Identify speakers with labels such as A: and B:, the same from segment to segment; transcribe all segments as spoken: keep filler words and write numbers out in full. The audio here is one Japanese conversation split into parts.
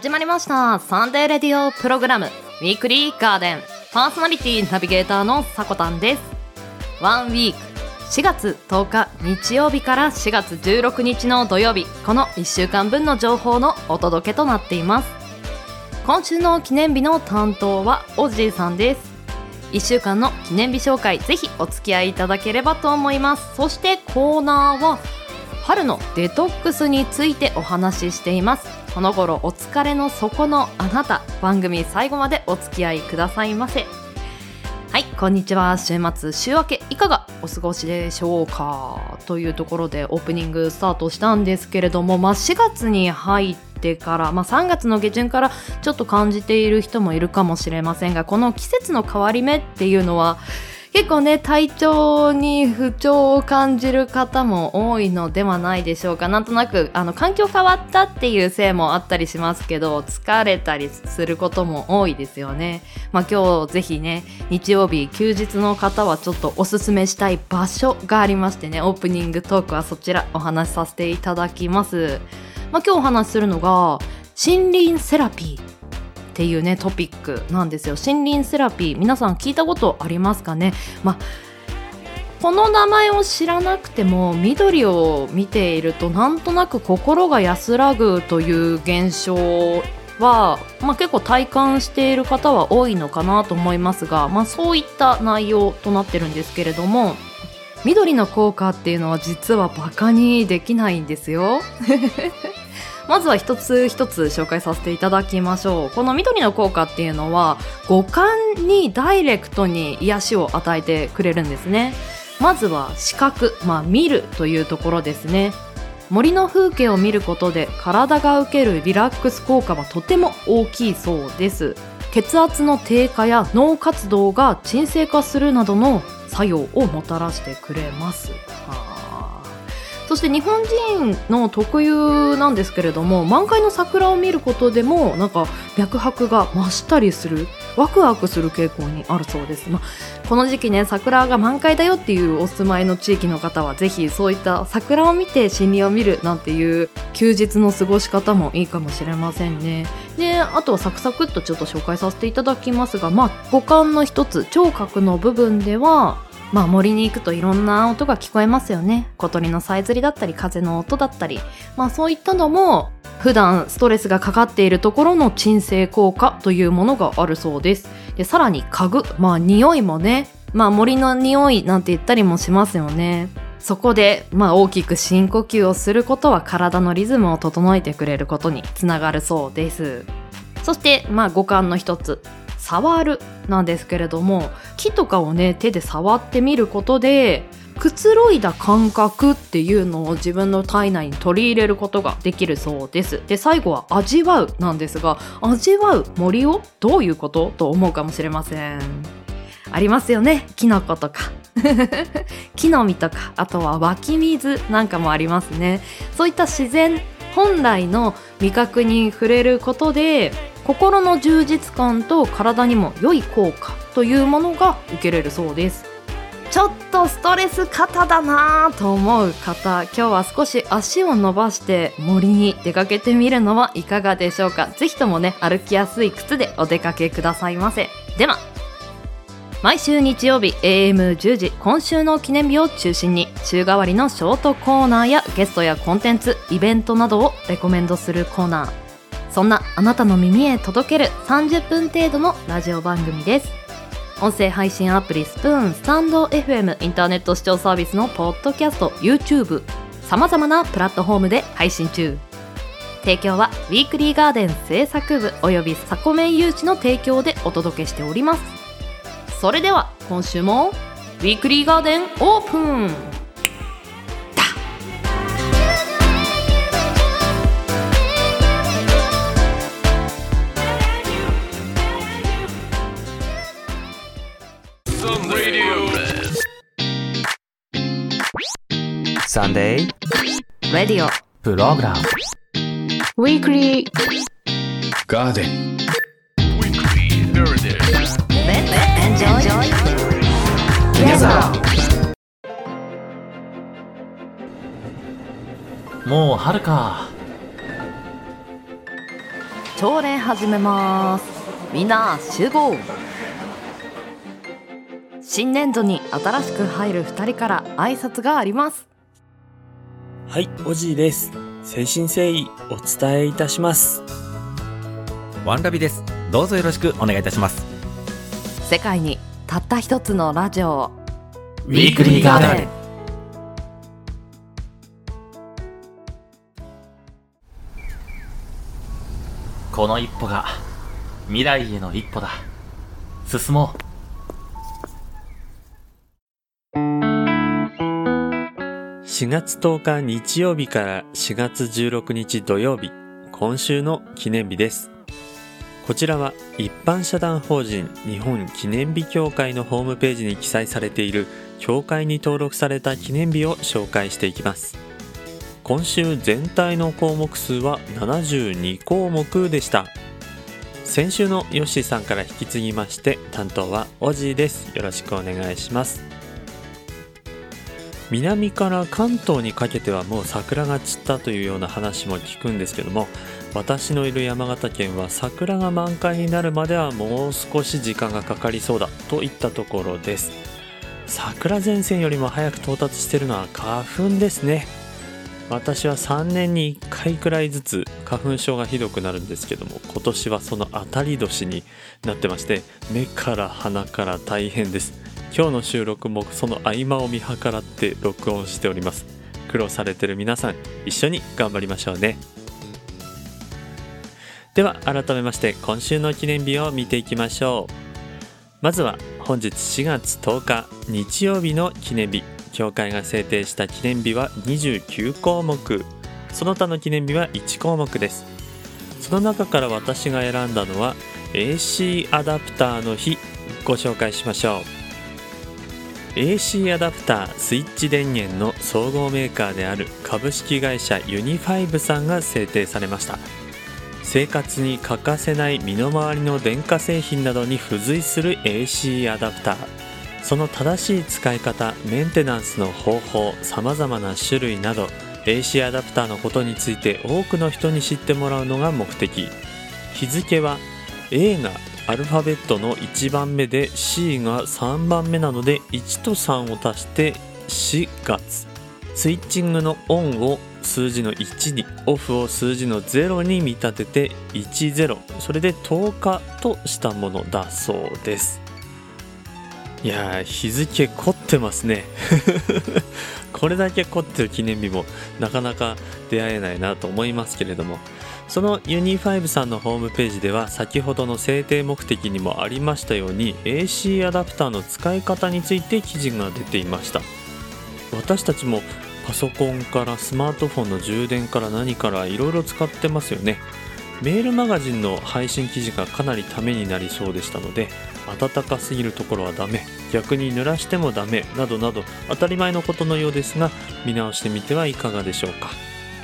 A: 始まりましたサンデーレディオプログラムウィークリーガーデン、パーソナリティナビゲーターのさこたんです。ワンウィークしがつとおか日曜日からしがつじゅうろくにちの土曜日、このいっしゅうかんぶんの情報のお届けとなっています。今週の記念日の担当はオッジーさんです。いっしゅうかんの記念日紹介、ぜひお付き合いいただければと思います。そしてコーナーは春のデトックスについてお話ししています。この頃お疲れの底のあなた、番組最後までお付き合いくださいませ。はい、こんにちは。週末週明けいかがお過ごしでしょうかというところでオープニングスタートしたんですけれども、まあ、しがつに入ってから、まあ、さんがつの下旬からちょっと感じている人もいるかもしれませんが、この季節の変わり目っていうのは結構ね、体調に不調を感じる方も多いのではないでしょうか。なんとなくあの環境変わったっていうせいもあったりしますけど、疲れたりすることも多いですよね。まあ今日ぜひね、日曜日休日の方はちょっとおすすめしたい場所がありましてね、オープニングトークはそちらお話しさせていただきます。まあ今日お話しするのが森林セラピーっていうねトピックなんですよ。森林セラピー、皆さん聞いたことありますかね。まあこの名前を知らなくても緑を見ているとなんとなく心が安らぐという現象は、まあ、結構体感している方は多いのかなと思いますが、まあ、そういった内容となってるんですけれども、緑の効果っていうのは実はバカにできないんですよまずは一つ一つ紹介させていただきましょう。この緑の効果っていうのは五感にダイレクトに癒しを与えてくれるんですね。まずは視覚、まあ見るというところですね。森の風景を見ることで体が受けるリラックス効果はとても大きいそうです。血圧の低下や脳活動が鎮静化するなどの作用をもたらしてくれます。そして日本人の特有なんですけれども、満開の桜を見ることでもなんか脈拍が増したりする、ワクワクする傾向にあるそうです。まあ、この時期ね、桜が満開だよっていうお住まいの地域の方はぜひそういった桜を見て森林を見るなんていう休日の過ごし方もいいかもしれませんね。で、あとはサクサクっとちょっと紹介させていただきますが、まあ、五感の一つ聴覚の部分ではまあ森に行くといろんな音が聞こえますよね。小鳥のさえずりだったり風の音だったり、まあそういったのも普段ストレスがかかっているところの鎮静効果というものがあるそうです。で、さらに家具、まあ匂いもね、まあ森の匂いなんて言ったりもしますよね。そこでまあ大きく深呼吸をすることは体のリズムを整えてくれることにつながるそうです。そしてまあ五感の一つ、触るなんですけれども、木とかをね手で触ってみることでくつろいだ感覚っていうのを自分の体内に取り入れることができるそうです。で、最後は味わうなんですが、味わう森をどういうことと思うかもしれません。ありますよね、キノコとか木の実とか、あとは湧き水なんかもありますね。そういった自然本来の味覚に触れることで心の充実感と体にも良い効果というものが受けれるそうです。ちょっとストレス肩だなと思う方、今日は少し足を伸ばして森に出かけてみるのはいかがでしょうか。ぜひともね、歩きやすい靴でお出かけくださいませ。では毎週日曜日 エーエムじゅうじ、今週の記念日を中心に週替わりのショートコーナーやゲストやコンテンツ、イベントなどをレコメンドするコーナー、そんなあなたの耳へ届けるさんじゅっぷん程度のラジオ番組です。音声配信アプリスプーン、スタンド エフエム、インターネット視聴サービスのポッドキャスト、YouTube、さまざまなプラットフォームで配信中。提供はウィークリーガーデン制作部およびサコメン誘致の提供でお届けしております。それでは今週もウィークリーガーデンオープン。
B: サンデー
A: レディオ
B: プログラム
A: ウィークリー
C: ガーデン
D: Weekly Garden.
A: Let's enjoy
B: together。もう春か。
A: 朝礼始めます。みんな集合。新年度に新しく入るふたりから挨拶があります。
E: はい、おじいです。誠心誠意お伝えいたします。
F: ワンラビです。どうぞよろしくお願いいたします。
A: 世界にたった一つのラジオ、
B: ウィークリーガーデン。
F: この一歩が未来への一歩だ。進もう。
E: しがつとおか日曜日からしがつじゅうろくにち土曜日、今週の記念日です。こちらは一般社団法人日本記念日協会のホームページに記載されている協会に登録された記念日を紹介していきます。今週全体の項目数はななじゅうにこうもくでした。先週のヨッシーさんから引き継ぎまして担当はオジーです。よろしくお願いします。南から関東にかけてはもう桜が散ったというような話も聞くんですけども、私のいる山形県は桜が満開になるまではもう少し時間がかかりそうだといったところです。桜前線よりも早く到達しているのは花粉ですね。私はさんねんにいっかいくらいずつ花粉症がひどくなるんですけども、今年はその当たり年になってまして、目から鼻から大変です。今日の収録もその合間を見計らって録音しております。苦労されてる皆さん、一緒に頑張りましょうね。では改めまして今週の記念日を見ていきましょう。まずは本日しがつとおか日曜日の記念日。協会が制定した記念日はにじゅうきゅうこうもく、その他の記念日はいちこうもくです。その中から私が選んだのは エーシー アダプターの日、ご紹介しましょう。エーシー アダプタースイッチ電源の総合メーカーである株式会社ユニファイブさんが制定されました。生活に欠かせない身の回りの電化製品などに付随する エーシー アダプター、その正しい使い方、メンテナンスの方法、さまざまな種類など エーシー アダプターのことについて多くの人に知ってもらうのが目的。日付は A がアルファベットのいちばんめで C がさんばんめなのでいちとさんを足してしがつ、スイッチングのオンを数字のいちに、オフを数字のゼロに見立てていちゼロ、それでとおかとしたものだそうです。いやー、日付凝ってますねこれだけ凝ってる記念日もなかなか出会えないなと思いますけれども、そのユニファイブさんのホームページでは先ほどの制定目的にもありましたように エーシー アダプターの使い方について記事が出ていました。私たちもパソコンからスマートフォンの充電から何からいろいろ使ってますよね。メールマガジンの配信記事がかなりためになりそうでしたので、暖かすぎるところはダメ、逆に濡らしてもダメなどなど当たり前のことのようですが、見直してみてはいかがでしょうか。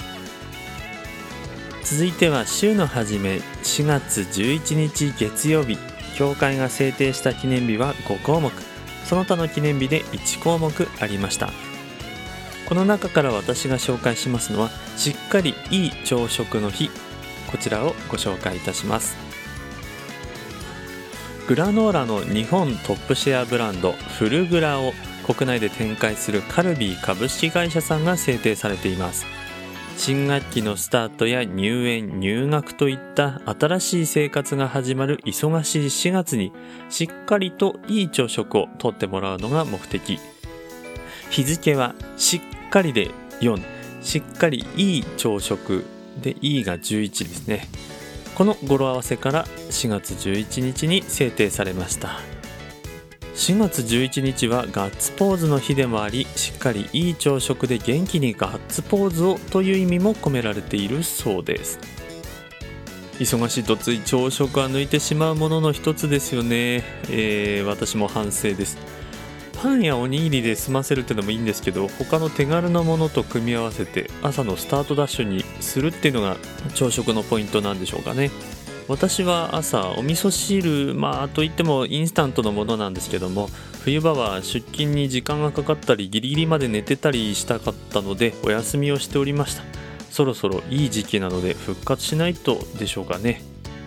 E: 続いては週の初めしがつじゅういちにち月曜日、協会が制定した記念日はごこうもく、その他の記念日でいちこうもくありました。この中から私が紹介しますのはしっかりいい朝食の日、こちらをご紹介いたします。グラノーラの日本トップシェアブランドフルグラを国内で展開するカルビー株式会社さんが制定されています。新学期のスタートや入園入学といった新しい生活が始まる忙しいしがつにしっかりといい朝食をとってもらうのが目的。日付はしっかりでよん、しっかりいい朝食で E がじゅういちですね。この語呂合わせからしがつじゅういちにちに制定されました。しがつじゅういちにちはガッツポーズの日でもあり、しっかりいい朝食で元気にガッツポーズをという意味も込められているそうです。忙しいとつい朝食は抜いてしまうものの一つですよね。えー、私も反省です。パンやおにぎりで済ませるってのもいいんですけど、他の手軽なものと組み合わせて朝のスタートダッシュにするっていうのが朝食のポイントなんでしょうかね。私は朝お味噌汁、まあといってもインスタントのものなんですけども、冬場は出勤に時間がかかったりギリギリまで寝てたりしたかったのでお休みをしておりました。そろそろいい時期なので復活しないとでしょうかね。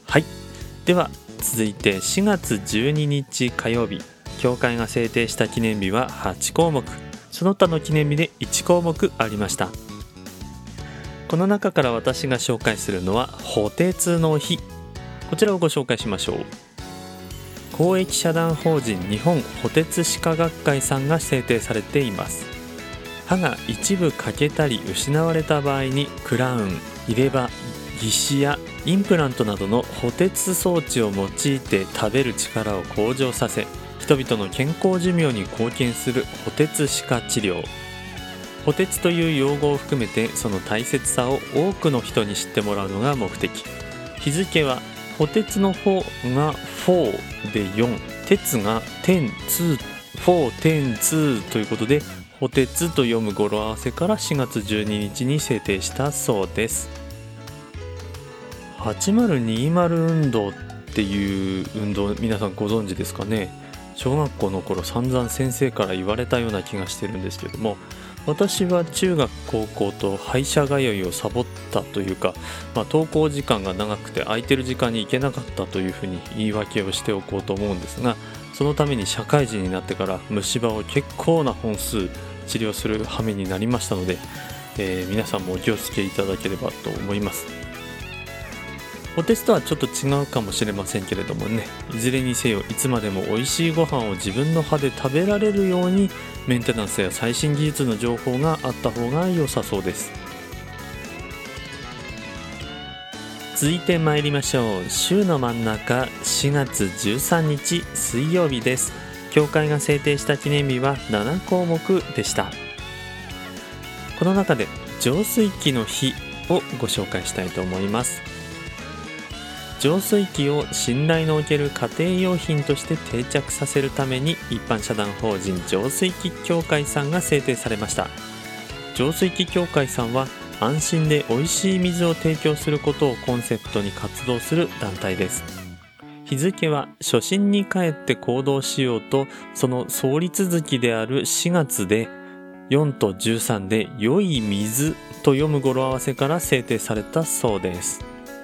E: はい、では続いてしがつじゅうににち火曜日、教会が制定した記念日ははちこうもく、その他の記念日でいちこうもくありました。この中から私が紹介するのは補鉄の日、こちらをご紹介しましょう。公益社団法人日本補鉄歯科学会さんが制定されています。歯が一部欠けたり失われた場合にクラウン、入れ歯、義歯やインプラントなどの補鉄装置を用いて食べる力を向上させ、人々の健康寿命に貢献する補鉄歯科治療。補鉄という用語を含めてその大切さを多くの人に知ってもらうのが目的。日付は補鉄の方がよんでよん、鉄がじゅうに、よん、じゅうにということで、補鉄と読む語呂合わせからしがつじゅうににちに制定したそうです。はちまるにじゅう運動っていう運動、皆さんご存知ですかね。小学校の頃散々先生から言われたような気がしてるんですけども、私は中学高校と歯医者通いをサボったというか、まあ、登校時間が長くて空いてる時間に行けなかったというふうに言い訳をしておこうと思うんですが、そのために社会人になってから虫歯を結構な本数治療する羽目になりましたので、えー、皆さんもお気をつけいただければと思います。補鉄とはちょっと違うかもしれませんけれどもね、いずれにせよいつまでも美味しいご飯を自分の歯で食べられるようにメンテナンスや最新技術の情報があった方が良さそうです。続いて参りましょう。週の真ん中、しがつじゅうさんにち水曜日です。教会が制定した記念日はななこうもくでした。この中で浄水器の日をご紹介したいと思います。浄水器を信頼のおける家庭用品として定着させるために一般社団法人浄水器協会さんが制定されました。浄水器協会さんは安心でおいしい水を提供することをコンセプトに活動する団体です。日付は初心に帰って行動しようと、その創立月であるしがつでよんとじゅうさんで良い水と読む語呂合わせから制定されたそうです。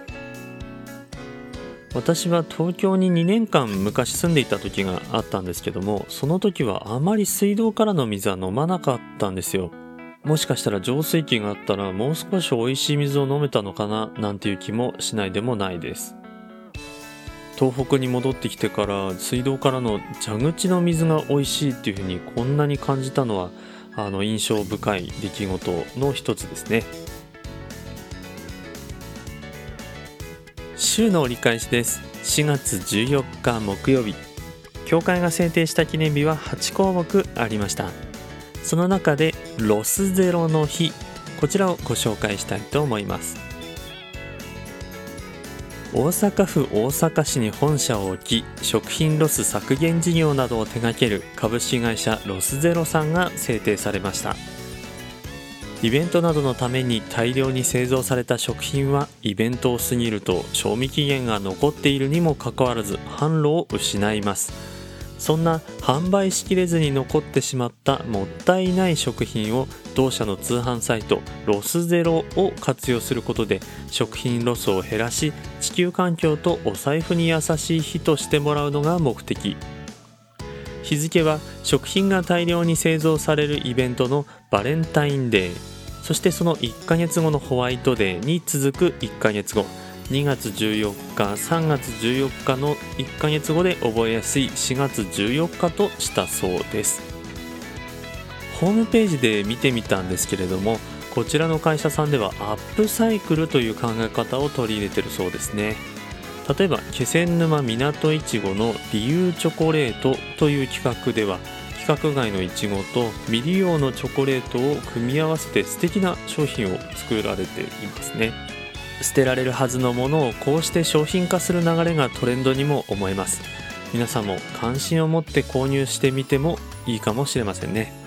E: 私は東京ににねんかん昔住んでいた時があったんですけども、その時はあまり水道からの水は飲まなかったんですよ。もしかしたら浄水器があったらもう少し美味しい水を飲めたのかななんていう気もしないでもないです。東北に戻ってきてから水道からの蛇口の水が美味しいっていう風にこんなに感じたのはあの印象深い出来事の一つですね。週の折り返しです。しがつじゅうよっか木曜日、教会が制定した記念日ははちこうもくありました。その中でロスゼロの日、こちらをご紹介したいと思います。大阪府大阪市に本社を置き、食品ロス削減事業などを手掛ける株式会社ロスゼロさんが制定されました。イベントなどのために大量に製造された食品はイベントを過ぎると賞味期限が残っているにもかかわらず販路を失います。そんな販売しきれずに残ってしまったもったいない食品を同社の通販サイトロスゼロを活用することで食品ロスを減らし、地球環境とお財布に優しい日としてもらうのが目的。日付は食品が大量に製造されるイベントのバレンタインデー、そしてそのいっかげつごのホワイトデーに続くいっかげつご、にがつじゅうよっか、さんがつじゅうよっかのいっかげつごで覚えやすいしがつじゅうよっかとしたそうです。ホームページで見てみたんですけれども、こちらの会社さんではアップサイクルという考え方を取り入れているそうですね。例えば気仙沼みなといちごの理由チョコレートという企画では、規格外のいちごと未利用のチョコレートを組み合わせて素敵な商品を作られていますね。捨てられるはずのものをこうして商品化する流れがトレンドにも思えます。皆さんも関心を持って購入してみてもいいかもしれませんね。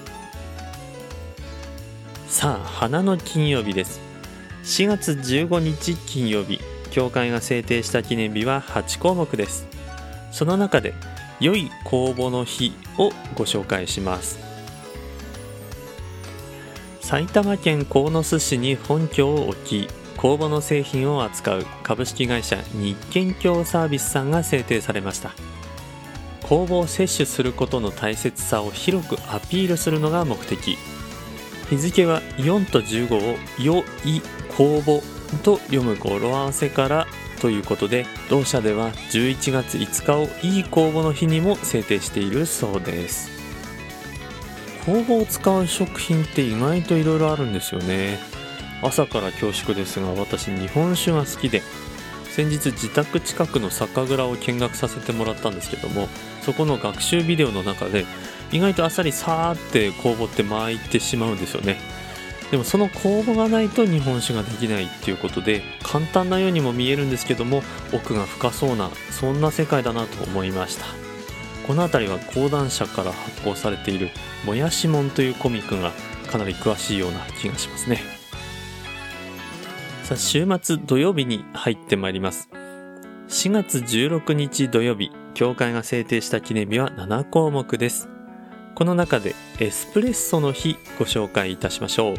E: さあ、花の金曜日です。しがつじゅうごにち金曜日、教会が制定した記念日ははちこうもくです。その中で良い公募の日をご紹介します。埼玉県鴻巣市に本拠を置き、 公募の製品を扱う株式会社日建協サービスさんが制定されました。公募を摂取することの大切さを広くアピールするのが目的。日付はよんとじゅうごをよい公募と読む語呂合わせからということで、同社ではじゅういちがついつかをいい公募の日にも制定しているそうです。公募を使う食品って意外といろいろあるんですよね。朝から恐縮ですが、私日本酒が好きで、先日自宅近くの酒蔵を見学させてもらったんですけども、そこの学習ビデオの中で意外とあっさりさーって酵母って巻いてしまうんですよね。でもその酵母がないと日本酒ができないっていうことで、簡単なようにも見えるんですけども、奥が深そうな、そんな世界だなと思いました。このあたりは講談社から発行されているもやしもんというコミックがかなり詳しいような気がしますね。さあ、週末土曜日に入ってまいります。しがつじゅうろくにち土曜日、協会が制定した記念日はななこうもくです。この中でエスプレッソの日ご紹介いたしましょう。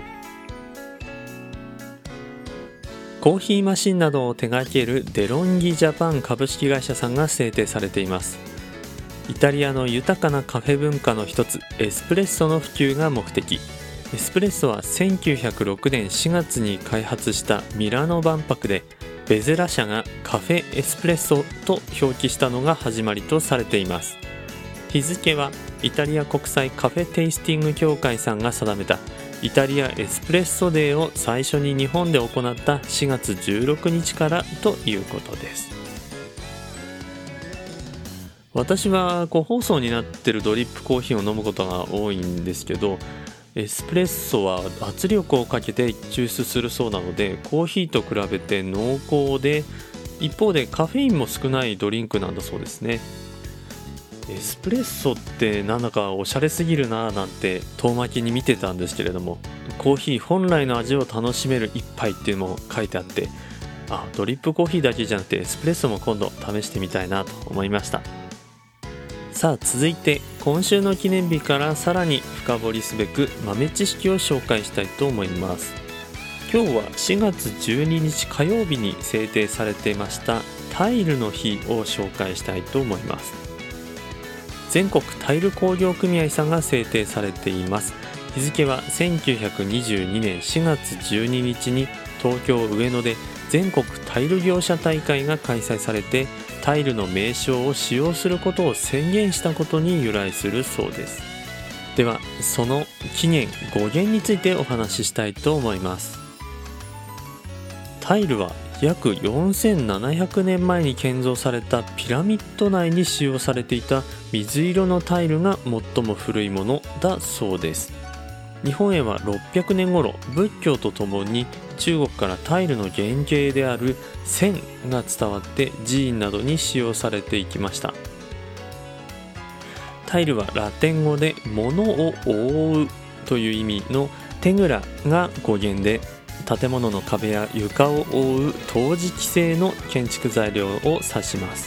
E: コーヒーマシンなどを手掛けるデロンギジャパン株式会社さんが制定されています。イタリアの豊かなカフェ文化の一つ、エスプレッソの普及が目的。エスプレッソはせんきゅうひゃくろくねんしがつに開発したミラノ万博で、ベゼラ社がカフェエスプレッソと表記したのが始まりとされています。日付はイタリア国際カフェテイスティング協会さんが定めたイタリアエスプレッソデーを最初に日本で行ったしがつじゅうろくにちからということです。私は個包装になっているドリップコーヒーを飲むことが多いんですけど、エスプレッソは圧力をかけて抽出するそうなので、コーヒーと比べて濃厚で、一方でカフェインも少ないドリンクなんだそうですね。エスプレッソってなんだかおしゃれすぎるなぁなんて遠巻きに見てたんですけれども、コーヒー本来の味を楽しめる一杯っていうのも書いてあって、あ、ドリップコーヒーだけじゃなくてエスプレッソも今度試してみたいなと思いました。さあ、続いて今週の記念日からさらに深掘りすべく豆知識を紹介したいと思います。今日はしがつじゅうににち火曜日に制定されていましたタイルの日を紹介したいと思います。全国タイル工業組合さんが制定されています。日付はせんきゅうひゃくにじゅうにねんしがつじゅうににちに東京上野で全国タイル業者大会が開催されて、タイルの名称を使用することを宣言したことに由来するそうです。ではその起源語源についてお話ししたいと思います。タイルは約よんせんななひゃくねんまえに建造されたピラミッド内に使用されていた水色のタイルが最も古いものだそうです。日本へはろっぴゃくねん頃、仏教とともに中国からタイルの原型である線が伝わって寺院などに使用されていきました。タイルはラテン語で物を覆うという意味のテグラが語源で、建物の壁や床を覆う陶磁器製の建築材料を指します。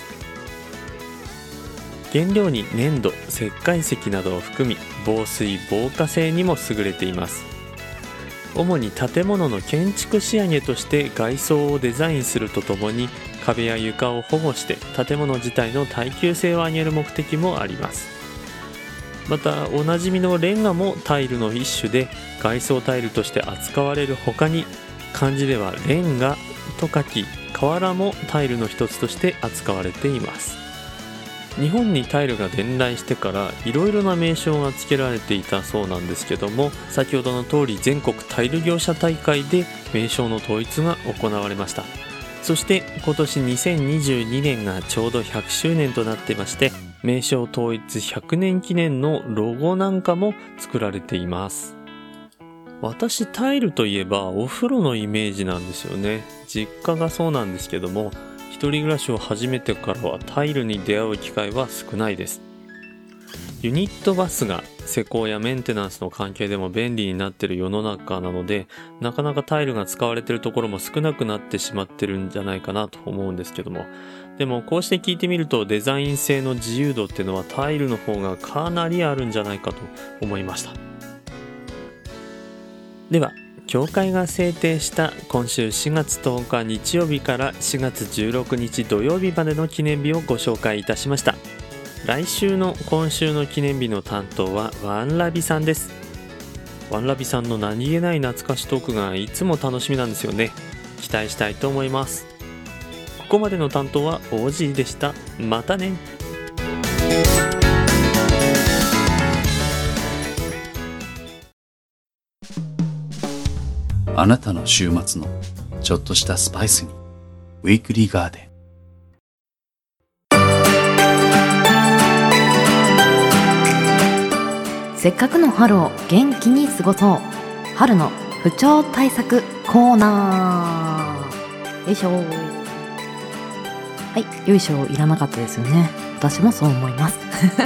E: 原料に粘土、石灰石などを含み、防水・防火性にも優れています。主に建物の建築仕上げとして外装をデザインするとともに、壁や床を保護して建物自体の耐久性を上げる目的もあります。またおなじみのレンガもタイルの一種で、外装タイルとして扱われる他に、漢字ではレンガと書き、瓦もタイルの一つとして扱われています。日本にタイルが伝来してからいろいろな名称が付けられていたそうなんですけども、先ほどの通り全国タイル業者大会で名称の統一が行われました。そして今年にせんにじゅうにねんがちょうどひゃくしゅうねんとなっていまして、名称統一ひゃくねん記念のロゴなんかも作られています。私タイルといえばお風呂のイメージなんですよね。実家がそうなんですけども、一人暮らしを始めてからはタイルに出会う機会は少ないです。ユニットバスが施工やメンテナンスの関係でも便利になっている世の中なので、なかなかタイルが使われているところも少なくなってしまってるんじゃないかなと思うんですけども、でもこうして聞いてみるとデザイン性の自由度っていうのはタイルの方がかなりあるんじゃないかと思いました。では協会が制定した今週しがつとおか日曜日からしがつじゅうろくにち土曜日までの記念日をご紹介いたしました。来週の今週の記念日の担当はワンラビさんです。ワンラビさんの何気ない懐かしトークがいつも楽しみなんですよね。期待したいと思います。ここまでの担当は オージー でした。またね。
C: あなたの週末のちょっとしたスパイスにウィークリーガーデン。
A: せっかくの春を元気に過ごそう、春の不調対策コーナー。よいしょ。はい、よいしょいらなかったですよね。私もそう思います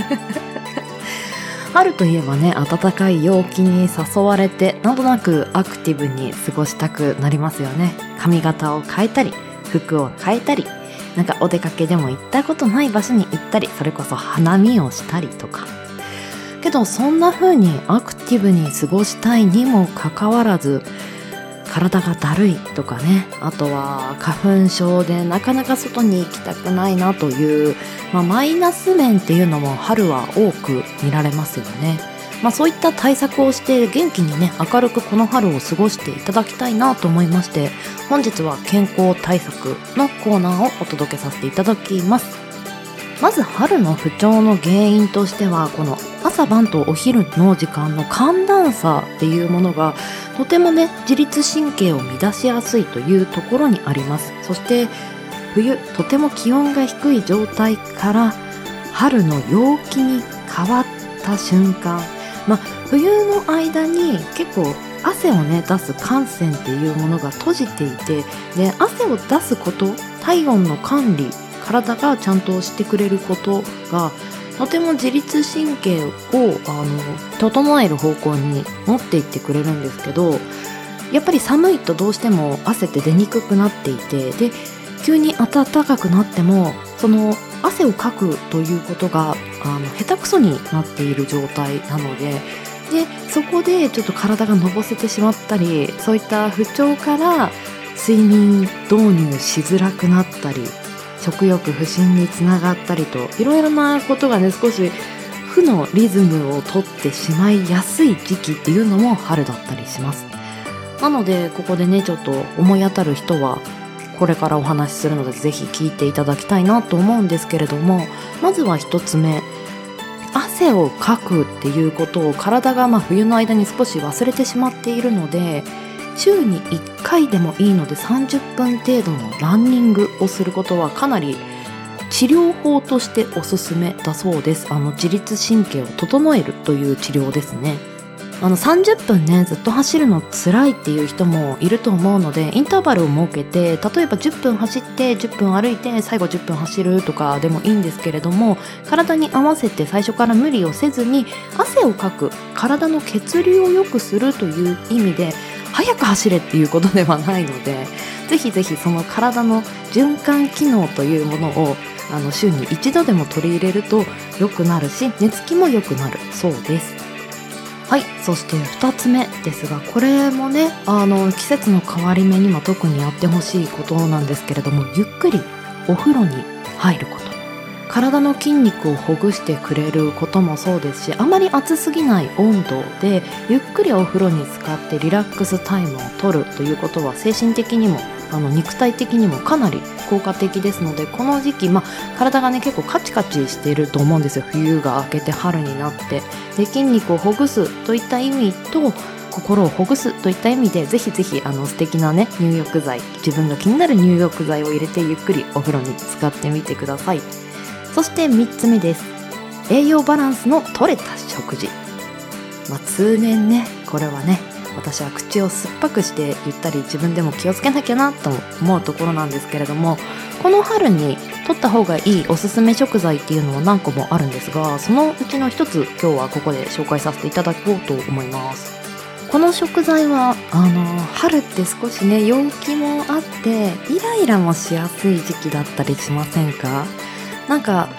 A: 春といえばね、暖かい陽気に誘われてなんとなくアクティブに過ごしたくなりますよね。髪型を変えたり服を変えたり、なんかお出かけでも行ったことない場所に行ったり、それこそ花見をしたりとか。けどそんな風にアクティブに過ごしたいにもかかわらず、体がだるいとかね、あとは花粉症でなかなか外に行きたくないなという、まあ、マイナス面っていうのも春は多く見られますよね。まあ、そういった対策をして元気にね、明るくこの春を過ごしていただきたいなと思いまして、本日は健康対策のコーナーをお届けさせていただきます。まず春の不調の原因としては、この朝晩とお昼の時間の寒暖差っていうものがとてもね、自律神経を乱しやすいというところにあります。そして冬、とても気温が低い状態から春の陽気に変わった瞬間、まあ、冬の間に結構汗をね出す汗腺っていうものが閉じていて、で汗を出すこと、体温の管理、体がちゃんとしてくれることがとても自律神経をあの整える方向に持っていってくれるんですけど、やっぱり寒いとどうしても汗って出にくくなっていて、で急に暖かくなってもその汗をかくということがあの下手くそになっている状態なので、でそこでちょっと体がのぼせてしまったり、そういった不調から睡眠導入しづらくなったり、食欲不振につながったりと、いろいろなことがね、少し負のリズムをとってしまいやすい時期っていうのも春だったりします。なのでここでね、ちょっと思い当たる人はこれからお話しするのでぜひ聞いていただきたいなと思うんですけれども、まずは一つ目、汗をかくっていうことを体がまあ冬の間に少し忘れてしまっているので、週にいっかいでもいいのでさんじゅっぷん程度のランニングをすることはかなり治療法としておすすめだそうです。あの自律神経を整えるという治療ですね。あのさんじゅっぷんね、ずっと走るの辛いっていう人もいると思うので、インターバルを設けて、例えばじゅっぷん走ってじゅっぷん歩いて最後じゅっぷん走るとかでもいいんですけれども、体に合わせて最初から無理をせずに汗をかく、体の血流を良くするという意味で早く走れっていうことではないので、ぜひぜひその体の循環機能というものをあの週に一度でも取り入れると良くなるし、寝つきも良くなるそうです。はい、そしてふたつめですが、これもね、あの季節の変わり目にも特にやってほしいことなんですけれども、ゆっくりお風呂に入ること、体の筋肉をほぐしてくれることもそうですし、あまり暑すぎない温度でゆっくりお風呂に浸かってリラックスタイムを取るということは、精神的にもあの肉体的にもかなり効果的ですので、この時期、まあ、体がね結構カチカチしていると思うんですよ。冬が明けて春になって、で筋肉をほぐすといった意味と心をほぐすといった意味で、ぜひぜひあの素敵なね入浴剤、自分が気になる入浴剤を入れてゆっくりお風呂に使ってみてください。そしてみっつめです。栄養バランスの取れた食事。まあ、通年ね、これはね、私は口を酸っぱくして言ったり、自分でも気をつけなきゃなと思うところなんですけれども、この春に取った方がいいおすすめ食材っていうのは何個もあるんですが、そのうちの一つ今日はここで紹介させていただこうと思います。この食材はあの春って少しね陽気もあってイライラもしやすい時期だったりしませんか？なんか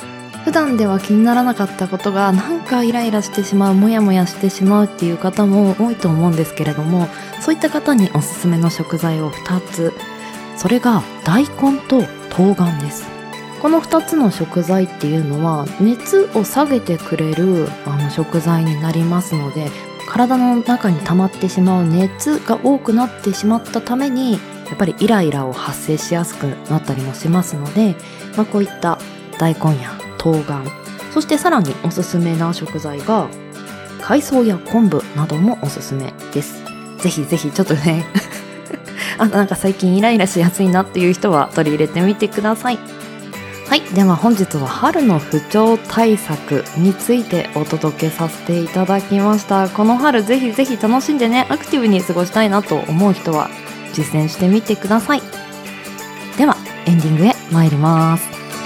A: 普段では気にならなかったことがなんかイライラしてしまう、モヤモヤしてしまうっていう方も多いと思うんですけれども、そういった方におすすめの食材をふたつ、それが大根と冬瓜です。このふたつの食材っていうのは熱を下げてくれるあの食材になりますので、体の中に溜まってしまう熱が多くなってしまったためにやっぱりイライラを発生しやすくなったりもしますので、まあ、こういった大根や冬瓜、そしてさらにおすすめな食材が海藻や昆布などもおすすめです。ぜひぜひちょっとねあなんか最近イライラしやすいなっていう人は取り入れてみてください。はい、では本日は春の不調対策についてお届けさせていただきました。この春ぜひぜひ楽しんでね、アクティブに過ごしたいなと思う人は実践してみてください。ではエンディングへ参ります。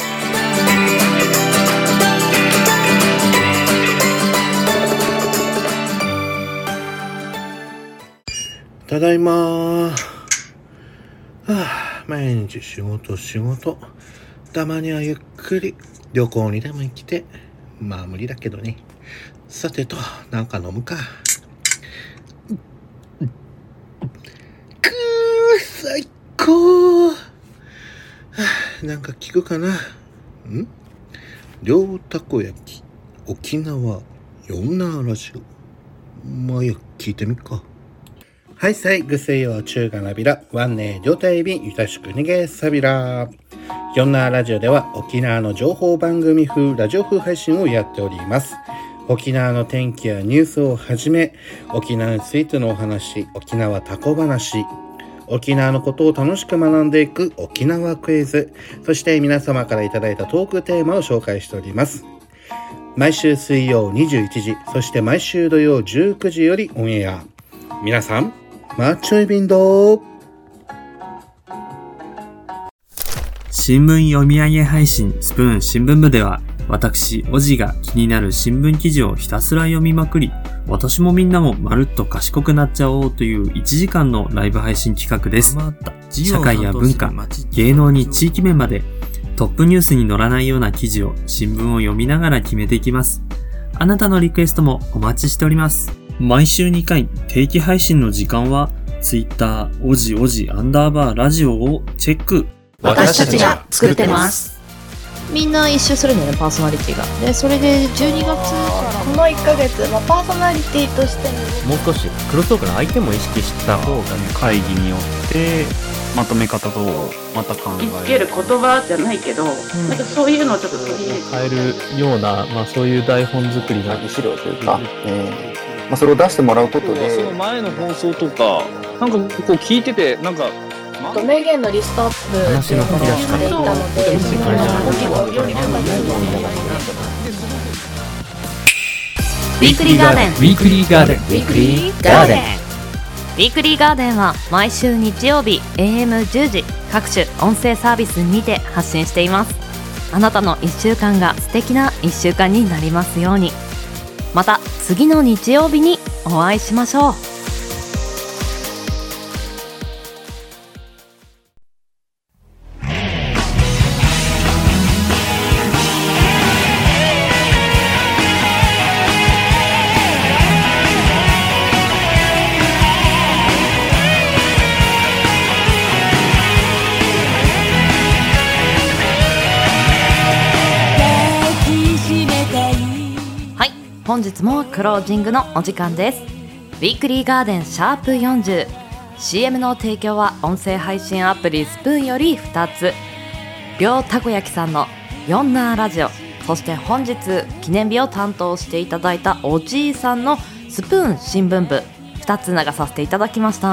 G: ただいまー。はあ、毎日仕事仕事。たまにはゆっくり旅行にでも行きて。まあ無理だけどね。さてと、なんか飲むか。くー、最高。はあ、なんか聞くかな。ん？両たこ焼き沖縄四男ラジオ。まあいや、聞いてみっか。はいさい、ぐせよ中華なびら、ワンネー両体便、ゆたしくにげさびら。ヨンナーラジオでは沖縄の情報番組風、ラジオ風配信をやっております。沖縄の天気やニュースをはじめ、沖縄についてのお話、沖縄タコ話、沖縄のことを楽しく学んでいく沖縄クイズ、そして皆様からいただいたトークテーマを紹介しております。毎週水曜にじゅういちじ、そして毎週土曜じゅうくじよりオンエア。皆さん、マッチョイビンドー。
E: 新聞読み上げ配信スプーン新聞部では、私、おじが気になる新聞記事をひたすら読みまくり、私もみんなもまるっと賢くなっちゃおうといういちじかんのライブ配信企画です。社会や文化、芸能に地域面まで、トップニュースに載らないような記事を新聞を読みながら決めていきます。あなたのリクエストもお待ちしております。毎週にかい定期配信の時間は Twitter おじおじアンダーバーラジオをチェック。
B: 私たちが作ってます。
A: みんな一周するんだよね、パーソナリティが。でそれでじゅうにがつから
H: このいっかげつ、まあ、パーソナリティとして
I: もう少しクロストークの相手も意識した方がね、
C: 会議によってまとめ方とまた考え
H: 見つける言葉じゃないけど、うん、なんかそういうのをちょっと取り入れて
I: 変えるような、まあ、そういう台本作りの
J: 資料というか、えーまあ、それを出してもらうことで、
K: その前の放送とかなんかこう聞いてて、なんか
H: 名言のリストアップ
I: 話の書き出し
H: していたので、
A: ウィークリーガーデン
B: ウィークリーガーデンウィークリーガーデン
A: ウィークリーガーデンは毎週日曜日 エーエムじゅうじ各種音声サービスにて発信しています。あなたのいっしゅうかんが素敵ないっしゅうかんになりますように。また次の日曜日にお会いしましょう。本日もクロージングのお時間です。ウィークリーガーデンシャープよんじゅう シーエム の提供は音声配信アプリスプーンよりふたつ、両たこ焼きさんのヨンナーラジオ、そして本日記念日を担当していただいたおじいさんのスプーン新聞部、ふたつ流させていただきました。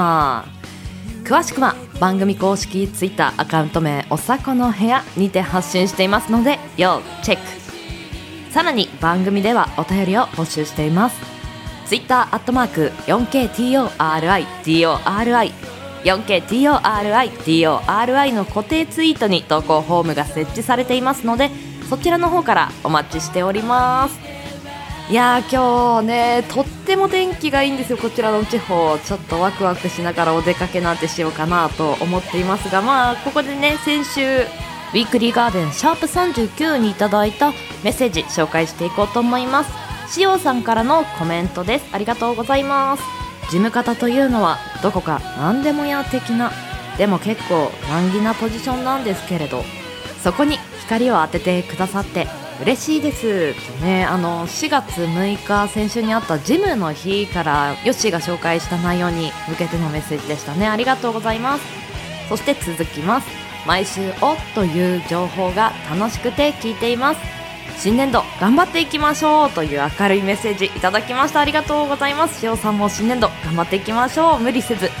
A: 詳しくは番組公式ツイッターアカウント名おさこの部屋にて発信していますので要チェック。さらに番組ではお便りを募集しています。ツイッターアットマーク よんケーティーオーアールアイディーオーアールアイ よんケーティーオーアールアイディーオーアールアイ の固定ツイートに投稿フォームが設置されていますので、そちらの方からお待ちしております。いやー今日ねとっても天気がいいんですよ。こちらの地方ちょっとワクワクしながらお出かけなんてしようかなと思っていますが、まあここでね先週ウィークリーガーデンシャープさんじゅうきゅうにいただいたメッセージ紹介していこうと思います。しおさんからのコメントです。ありがとうございます。事務方というのはどこか何でもや的な、でも結構難儀なポジションなんですけれど、そこに光を当ててくださって嬉しいですとね。あのしがつむいか、先週にあったジムの日からヨッシーが紹介した内容に向けてのメッセージでしたね。ありがとうございます。そして続きます。毎週おという情報が楽しくて聞いています。新年度頑張っていきましょうという明るいメッセージいただきました。ありがとうございます。しおさんも新年度頑張っていきましょう、無理せず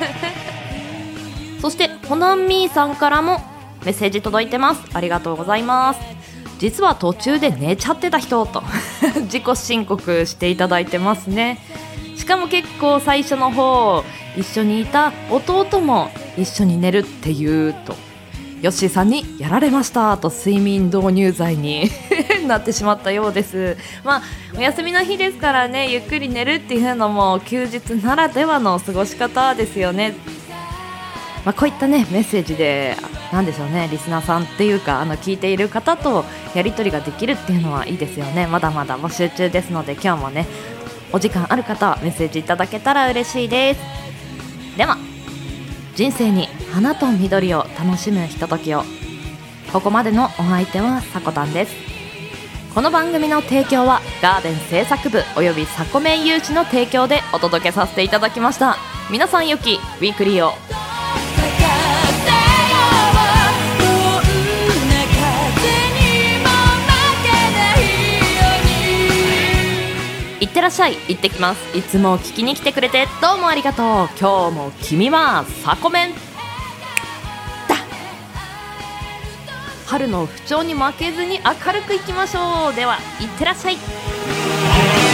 A: そしてほなんみーさんからもメッセージ届いてます。ありがとうございます。実は途中で寝ちゃってた人と自己申告していただいてますね。しかも結構最初の方、一緒にいた弟も一緒に寝るっていうと、ヨッシーさんにやられましたと睡眠導入剤になってしまったようです。まあお休みの日ですからね、ゆっくり寝るっていうのも休日ならではの過ごし方ですよね。まあ、こういったねメッセージでなんでしょうね、リスナーさんっていうかあの聞いている方とやり取りができるっていうのはいいですよね。まだまだ募集中ですので、今日もねお時間ある方はメッセージいただけたら嬉しいです。では人生に花と緑を楽しむひとときを。ここまでのお相手はさこたんです。この番組の提供はガーデン製作部およびサコメン有志の提供でお届けさせていただきました。皆さんよきウィークリーを。いってらっしゃい、行ってきます。いつも聞きに来てくれてどうもありがとう。今日も君はサコメンだ。春の不調に負けずに明るくいきましょう。では、いってらっしゃい。